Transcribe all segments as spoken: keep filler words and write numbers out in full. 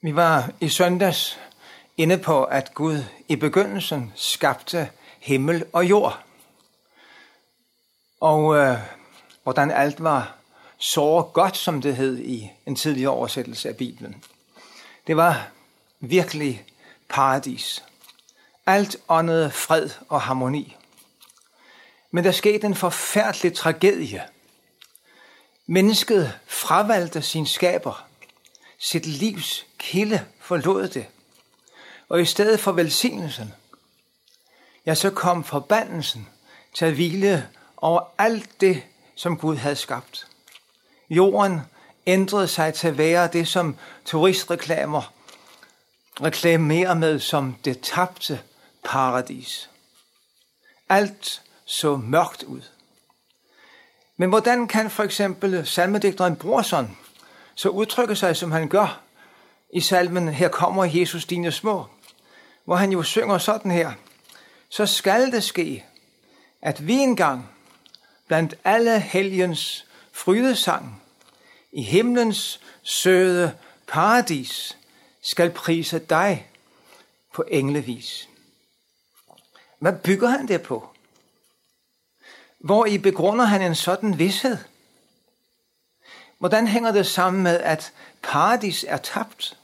Vi var i søndags inde på, at Gud i begyndelsen skabte himmel og jord. Og øh, hvordan alt var så godt, som det hed i en tidligere oversættelse af Bibelen. Det var virkelig paradis. Alt åndede fred og harmoni. Men der skete en forfærdelig tragedie. Mennesket fravalgte sin skaber. Sit livs kilde forlod det. Og i stedet for velsignelsen, ja, så kom forbandelsen til at hvile over alt det, som Gud havde skabt. Jorden ændrede sig til at være det, som turistreklamer reklamerer med som det tabte paradis. Alt så mørkt ud. Men hvordan kan for eksempel salmedigteren Brorson så udtrykke sig, som han gør i salmen "Her kommer Jesus dine små", hvor han jo synger sådan her: Så skal det ske, at vi engang blandt alle helgens frydesang i himlens søde paradis skal prise dig på englevis. Hvad bygger han det på? Hvor i begrunder han en sådan vished? Hvordan hænger det sammen med, at paradis er tabt?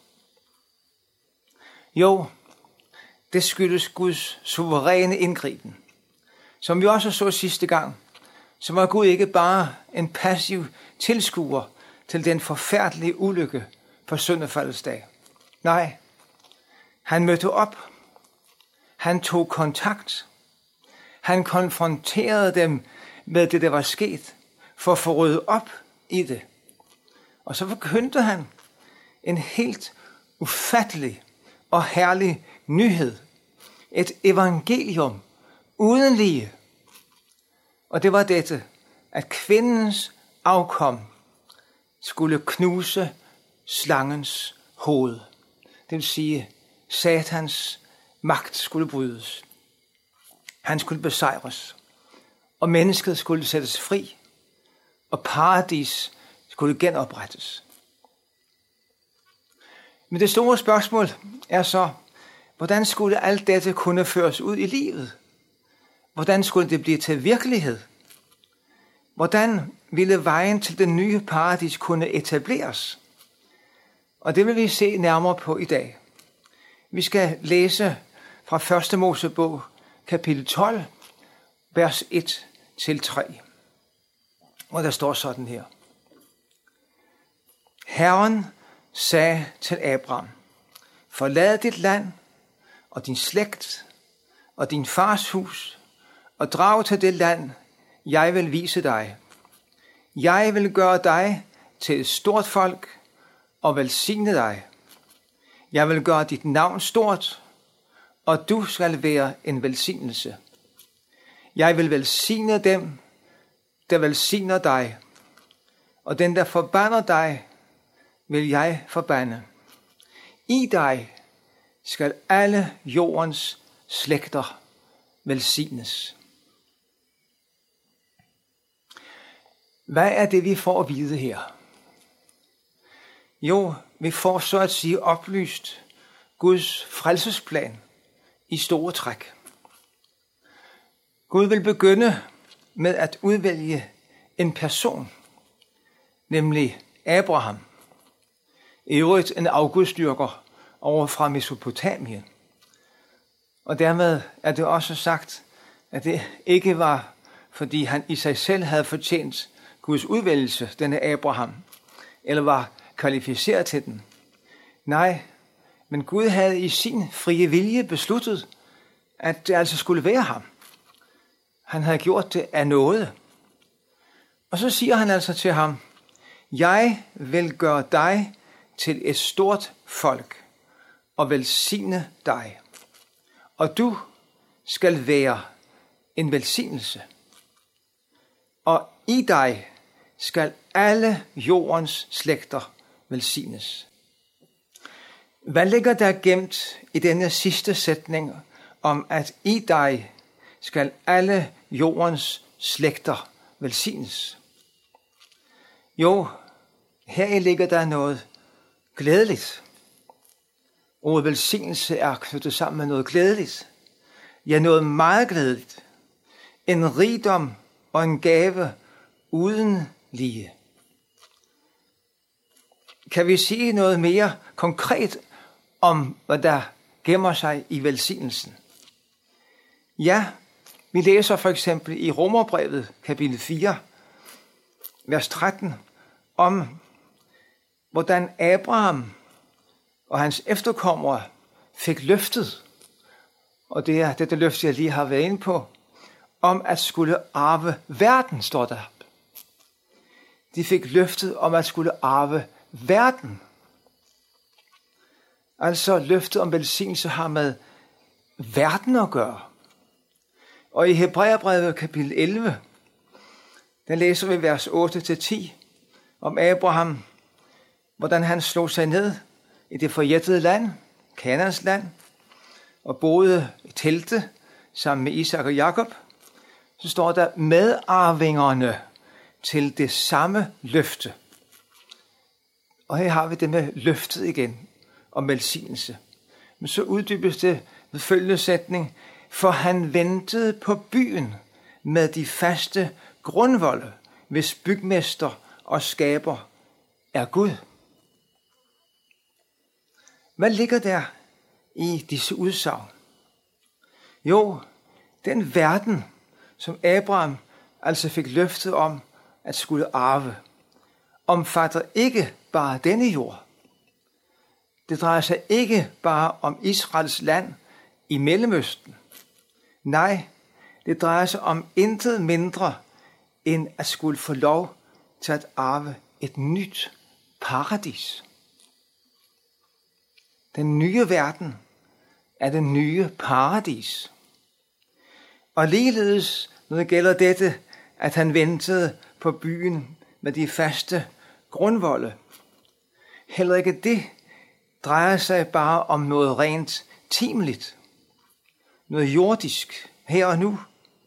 Jo, det skyldes Guds suveræne indgriben. Som vi også så sidste gang, så var Gud ikke bare en passiv tilskuer til den forfærdelige ulykke på syndefaldets dag. Nej, han mødte op. Han tog kontakt. Han konfronterede dem med det, der var sket, for at få ryddet op i det. Og så forkyndte han en helt ufattelig og herlig nyhed. Et evangelium uden lige. Og det var dette, at kvindens afkom skulle knuse slangens hoved. Det vil sige, Satans magt skulle brydes. Han skulle besejres. Og mennesket skulle sættes fri. Og paradis skulle genoprettes. Men det store spørgsmål er så, hvordan skulle alt dette kunne føres ud i livet? Hvordan skulle det blive til virkelighed? Hvordan ville vejen til den nye paradis kunne etableres? Og det vil vi se nærmere på i dag. Vi skal læse fra første Mosebog, kapitel tolv, vers et til tre. Og der står sådan her: Herren sagde til Abraham: Forlad dit land og din slægt og din fars hus og drag til det land, jeg vil vise dig. Jeg vil gøre dig til et stort folk og velsigne dig. Jeg vil gøre dit navn stort, og du skal være en velsignelse. Jeg vil velsigne dem, der velsigner dig, og den, der forbander dig, vil jeg forbande. I dig skal alle jordens slægter velsignes. Hvad er det, vi får at vide her? Jo, vi får så at sige oplyst Guds frelsesplan i store træk. Gud vil begynde med at udvælge en person, nemlig Abraham. I øvrigt en afgudstyrker over fra Mesopotamien. Og dermed er det også sagt, at det ikke var, fordi han i sig selv havde fortjent Guds udvælgelse, denne Abraham, eller var kvalificeret til den. Nej, men Gud havde i sin frie vilje besluttet, at det altså skulle være ham. Han havde gjort det af nåde. Og så siger han altså til ham: Jeg vil gøre dig til et stort folk og velsigne dig. Og du skal være en velsignelse. Og i dig skal alle jordens slægter velsignes. Hvad ligger der gemt i denne sidste sætning om, at i dig skal alle jordens slægter velsignes? Jo, her ligger der noget glædeligt. Ordet velsignelse er knyttet sammen med noget glædeligt. Ja, noget meget glædeligt. En rigdom og en gave uden lige. Kan vi sige noget mere konkret om, hvad der gemmer sig i velsignelsen? Ja, vi læser for eksempel i Romerbrevet kapitel fire, vers tretten, om hvordan Abraham og hans efterkommere fik løftet, og det er dette løfte, jeg lige har været inde på, om at skulle arve verden, står der. De fik løftet om at skulle arve verden. Altså løftet om velsignelse har med verden at gøre. Og i Hebræerbrevet kapitel elleve, der læser vi vers otte til ti om Abraham, hvordan han slog sig ned i det forjættede land, Kanaans land, og boede i telte sammen med Isak og Jakob. Så står der medarvingerne til det samme løfte. Og her har vi det med løftet igen om velsignelse. Men så uddybes det med følgende sætning: for han ventede på byen med de faste grundvolde, hvis bygmester og skaber er Gud. Hvad ligger der i disse udsagn? Jo, den verden, som Abraham altså fik løftet om at skulle arve, omfatter ikke bare denne jord. Det drejer sig ikke bare om Israels land i Mellemøsten. Nej, det drejer sig om intet mindre end at skulle få lov til at arve et nyt paradis. Den nye verden er den nye paradis. Og ligeledes, når det gælder dette, at han ventede på byen med de faste grundvolde. Heller ikke det drejer sig bare om noget rent timeligt, noget jordisk her og nu.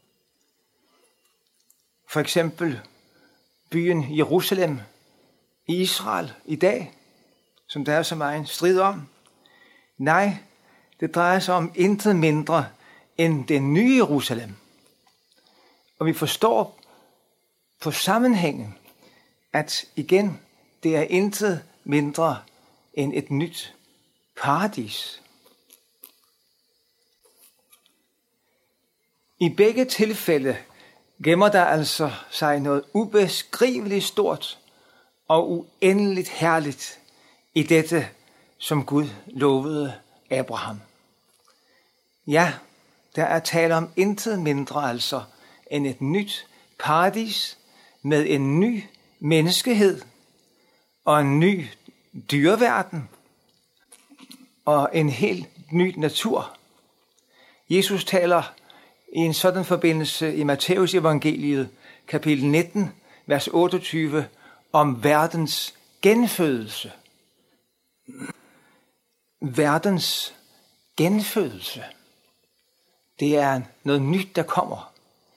For eksempel byen Jerusalem i Israel i dag, som der er så meget strid om. Nej, det drejer sig om intet mindre end det nye Jerusalem. Og vi forstår på sammenhængen, at igen, det er intet mindre end et nyt paradis. I begge tilfælde gemmer der altså sig noget ubeskriveligt stort og uendeligt herligt i dette, som Gud lovede Abraham. Ja, der er tale om intet mindre altså end et nyt paradis med en ny menneskehed og en ny dyreverden og en helt ny natur. Jesus taler i en sådan forbindelse i Matthæus evangeliet, kapitel nitten, vers otteogtyve, om verdens genfødelse. Verdens genfødelse. Det er noget nyt, der kommer.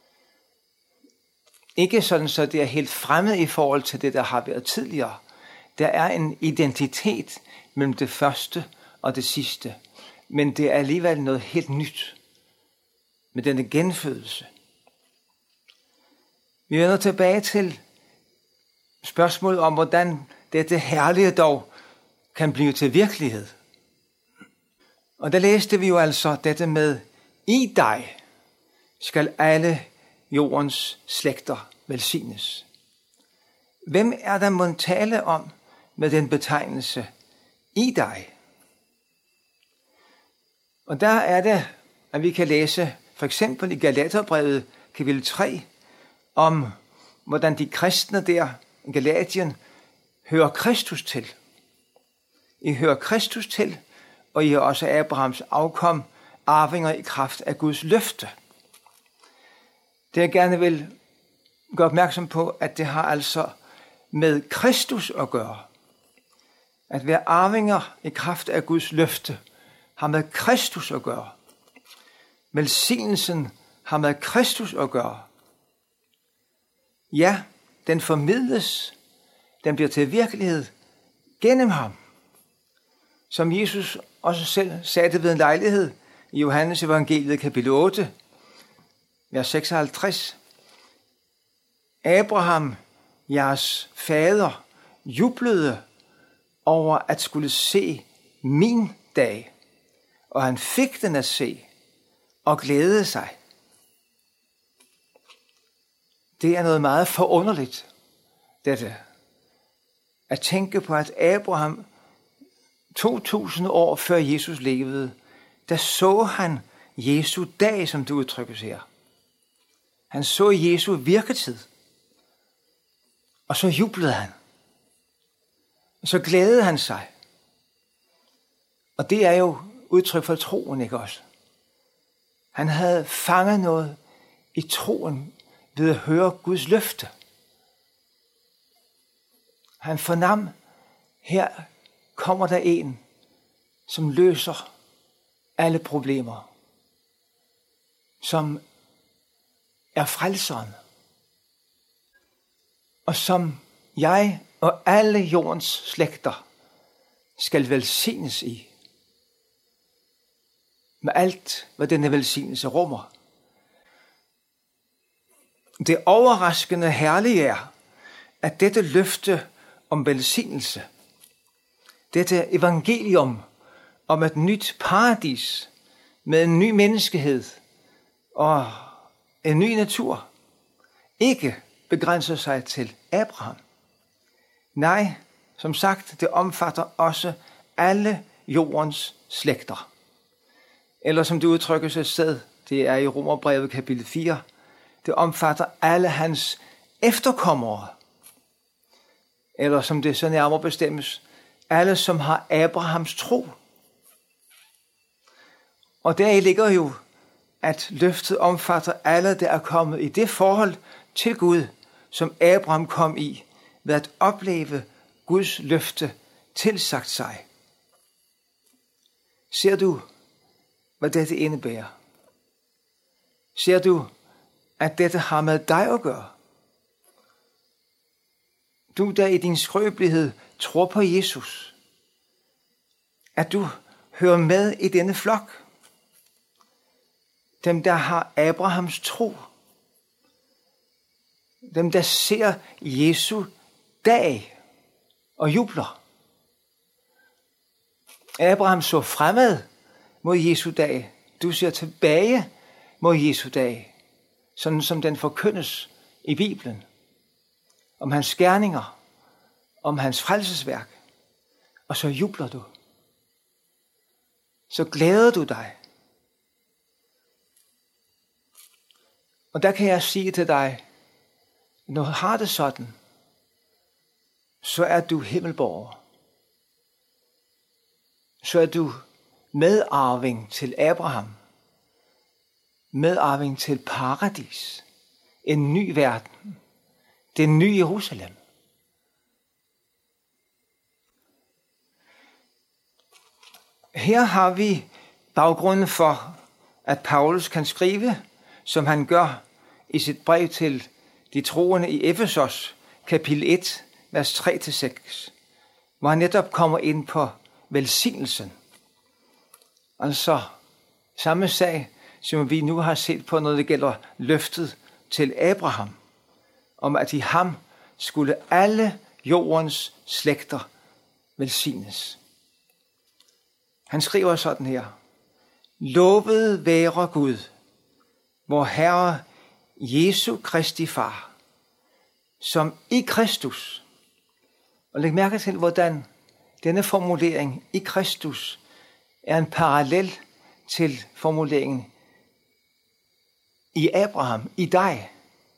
Ikke sådan, så det er helt fremmed i forhold til det, der har været tidligere. Der er en identitet mellem det første og det sidste. Men det er alligevel noget helt nyt med denne genfødelse. Vi vender tilbage til spørgsmålet om, hvordan dette herlige dog kan blive til virkelighed. Og der læste vi jo altså dette med, i dig skal alle jordens slægter velsignes. Hvem er der mon tale om med den betegnelse, i dig? Og der er det, at vi kan læse for eksempel i Galaterbrevet kapitel tre, om hvordan de kristne der i Galatien hører Kristus til. I hører Kristus til, og I er også Abrahams afkom, arvinger i kraft af Guds løfte. Det jeg gerne vil gøre opmærksom på, at det har altså med Kristus at gøre. At være arvinger i kraft af Guds løfte har med Kristus at gøre. Velsignelsen har med Kristus at gøre. Ja, den formidles, den bliver til virkelighed gennem ham. Som Jesus også selv sagde det ved en lejlighed i Johannes evangeliet kapitel otte, vers seksoghalvtreds. Abraham, jeres fader, jublede over at skulle se min dag, og han fik den at se og glædede sig. Det er noget meget forunderligt, dette. At tænke på, at Abraham to tusind år før Jesus levede, der så han Jesu dag, som du udtrykkes her. Han så Jesu virketid. Og så jublede han. Og så glædede han sig. Og det er jo udtryk for troen, ikke også? Han havde fanget noget i troen ved at høre Guds løfte. Han fornam, her kommer der en, som løser alle problemer. Som er frelseren. Og som jeg og alle jordens slægter skal velsignes i. Med alt, hvad denne velsignelse rummer. Det overraskende herlige er, at dette løfte om velsignelse, dette evangelium om et nyt paradis med en ny menneskehed og en ny natur, ikke begrænser sig til Abraham. Nej, som sagt, det omfatter også alle jordens slægter. Eller som det udtrykkes et sted, det er i Romerbrevet kapitel fire, det omfatter alle hans efterkommere. Eller som det så nærmere bestemmes, alle som har Abrahams tro. Og deri ligger jo, at løftet omfatter alle, der er kommet i det forhold til Gud, som Abraham kom i, ved at opleve Guds løfte tilsagt sig. Ser du, hvad dette indebærer? Ser du, at dette har med dig at gøre? Du, der i din skrøbelighed tror på Jesus, at du hører med i denne flok. Dem, der har Abrahams tro. Dem, der ser Jesu dag og jubler. Abraham så fremad mod Jesu dag. Du ser tilbage mod Jesu dag, sådan som den forkyndes i Bibelen. Om hans gerninger, om hans frelsesværk. Og så jubler du. Så glæder du dig. Og der kan jeg sige til dig, når du har det sådan, så er du himmelborger. Så er du medarving til Abraham. Medarving til paradis. En ny verden. Det nye Jerusalem. Her har vi baggrunden for, at Paulus kan skrive, som han gør i sit brev til de troende i Efesos, kapitel et, vers tre til seks, hvor han netop kommer ind på velsignelsen. Altså samme sag, som vi nu har set på, når det gælder løftet til Abraham, om at i ham skulle alle jordens slægter velsignes. Han skriver sådan her: Lovet være Gud, vor Herre Jesu Kristi Far, som i Kristus. Og læg mærke til, hvordan denne formulering i Kristus er en parallel til formuleringen i Abraham, i dig.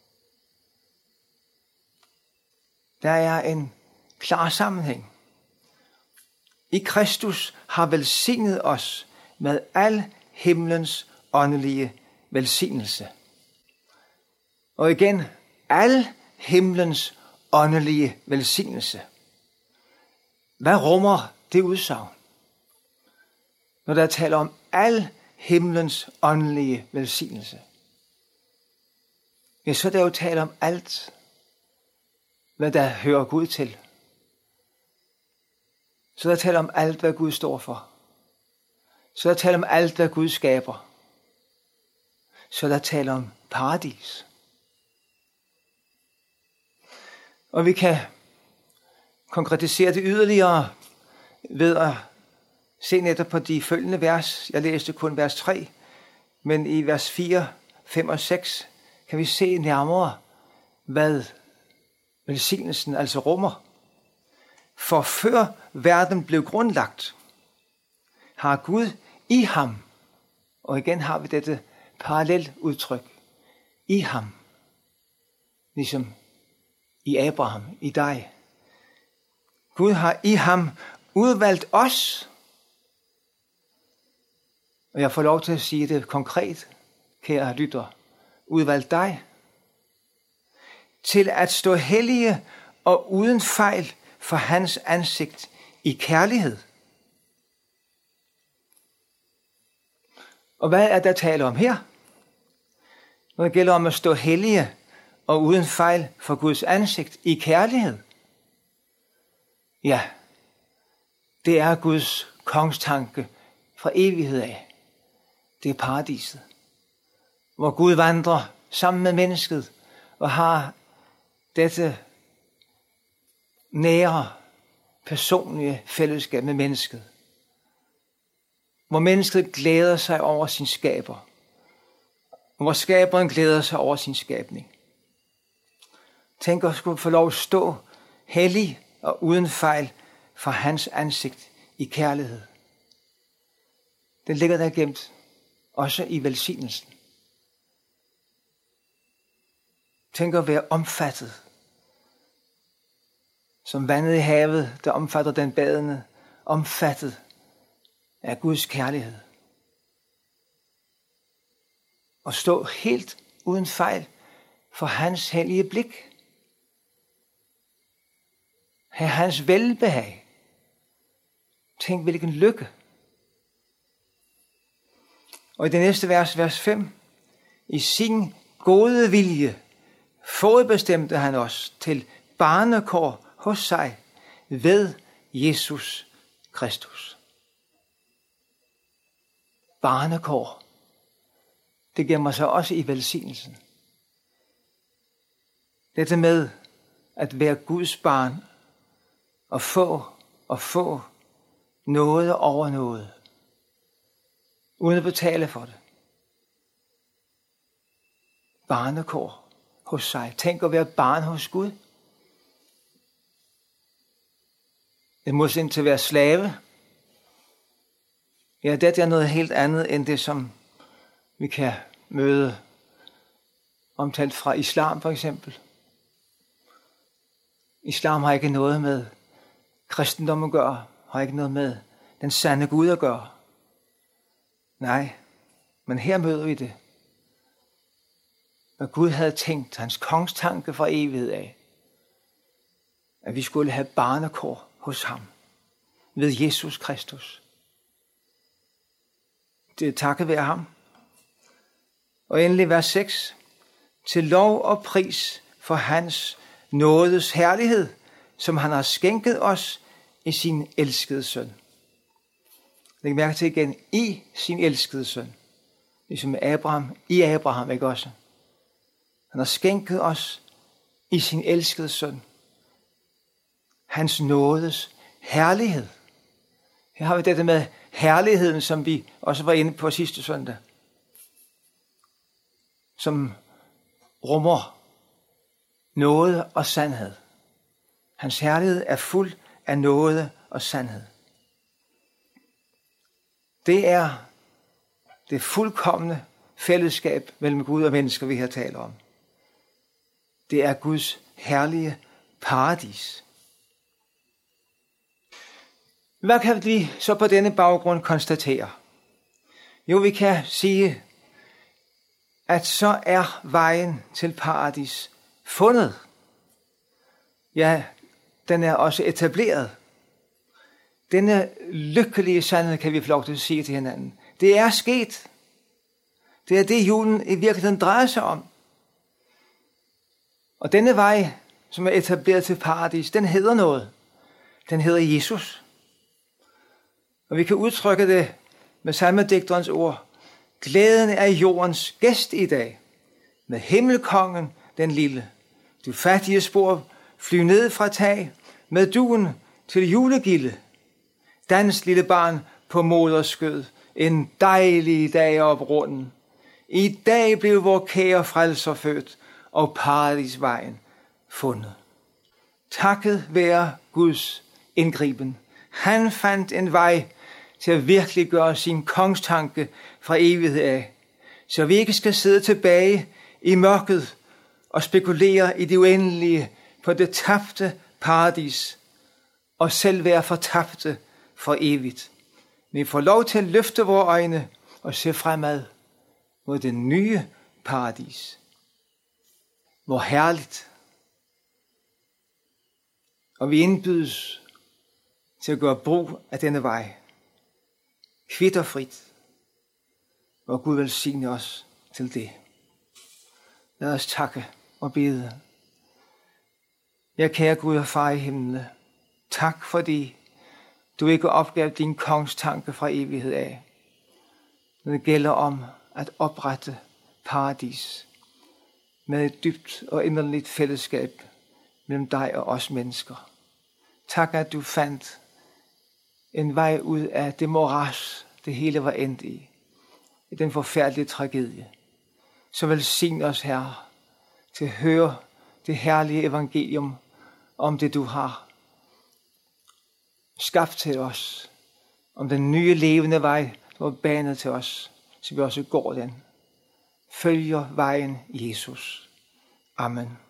Der er en klar sammenhæng. I Kristus har velsignet os med al himlens åndelige velsignelse. Og igen, al himlens åndelige velsignelse. Hvad rummer det udsagn? Når der taler om al himlens åndelige velsignelse. Ja, så er der jo tale om alt, hvad der hører Gud til. Så der taler om alt, hvad Gud står for. så er der tale om alt, hvad Gud skaber. Så er der tale om paradis. Og vi kan konkretisere det yderligere ved at se netop på de følgende vers. Jeg læste kun vers tre, men i vers fire, fem og seks kan vi se nærmere, hvad velsignelsen altså rummer. For før verden blev grundlagt, har Gud i ham, og igen har vi dette parallelt udtryk, i ham, ligesom i Abraham, i dig. Gud har i ham udvalgt os, og jeg får lov til at sige det konkret, kære lytter, udvalgt dig, til at stå hellige og uden fejl for hans ansigt i kærlighed. Og hvad er der tale om her? Når det gælder om at stå hellige og uden fejl for Guds ansigt i kærlighed. Ja, det er Guds kongstanke fra evighed af. Det er paradiset, hvor Gud vandrer sammen med mennesket og har dette nære, personlige fællesskab med mennesket. Hvor mennesket glæder sig over sin skaber. Og hvor skaberen glæder sig over sin skabning. Tænk at skulle få lov at stå hellig og uden fejl for hans ansigt i kærlighed. Den ligger der gemt, også i velsignelsen. Tænk at være omfattet, som vandet i havet, der omfatter den badende, omfattet af Guds kærlighed. Og stå helt uden fejl for hans hellige blik. Have hans velbehag. Tænk, hvilken lykke. Og i det næste vers, vers fem, i sin gode vilje forudbestemte han os til barnekår hos sig ved Jesus Kristus. Barnekår. Det gemmer sig også i velsignelsen. Dette med at være Guds barn og få og få noget over noget, uden at betale for det. Barnekår hos sig. Tænk at være barn hos Gud. Det må ind til at være slave. Ja, det er noget helt andet end det, som vi kan møde omtalt fra islam for eksempel. Islam har ikke noget med kristendom at gøre, har ikke noget med den sande Gud at gøre. Nej, men her møder vi det. Hvad Gud havde tænkt, hans kongstanke fra evighed af, at vi skulle have barnekår hos ham ved Jesus Kristus. Det er takket være ham. Og endelig vers seks. Til lov og pris for hans nådes herlighed, som han har skænket os i sin elskede søn. Læg mærke til igen, i sin elskede søn. Ligesom Abraham, i Abraham, ikke også? Han har skænket os i sin elskede søn. Hans nådes herlighed. Her har vi dette med herligheden, som vi også var inde på sidste søndag. Som rummer nåde og sandhed. Hans herlighed er fuld af nåde og sandhed. Det er det fuldkomne fællesskab mellem Gud og mennesker, vi her taler om. Det er Guds herlige paradis. Hvad kan vi så på denne baggrund konstatere? Jo, vi kan sige, at så er vejen til paradis fundet. Ja, den er også etableret. Denne lykkelige sandhed kan vi få lov til at sige til hinanden. Det er sket. Det er det, julen i virkeligheden drejer sig om. Og denne vej, som er etableret til paradis, den hedder noget. Den hedder Jesus. Og vi kan udtrykke det med salmedigterens ord. Glæden er jordens gæst i dag, med himmelkongen den lille. Du fattige spor, fly ned fra tag, med duen til julegilde. Dans, lille barn, på moders skød, en dejlig dag op runden. I dag blev vor kære frelser født, og paradisvejen fundet. Takket være Guds indgriben. Han fandt en vej til at virkelig gøre sin kongstanke fra evighed af, så vi ikke skal sidde tilbage i mørket og spekulere i det uendelige på det tabte paradis, og selv være fortabte for evigt. Vi får lov til at løfte vores øjne og se fremad mod det nye paradis. Hvor herligt. Og vi indbydes til at gøre brug af denne vej. Kvitterfrit. Og Gud velsigne os til det. Lad os takke og bede. Jeg kære Gud og far i himlen, tak fordi du ikke opgav din kongstanke fra evighed af. Når det gælder om at oprette paradis med et dybt og inderligt fællesskab mellem dig og os mennesker. Tak, at du fandt en vej ud af det moras, det hele var endt i, i den forfærdelige tragedie. Så velsign os, Herre, til at høre det herlige evangelium om det, du har skabt til os, om den nye levende vej, du har banet til os, så vi også går den. Følger vejen Jesus. Amen.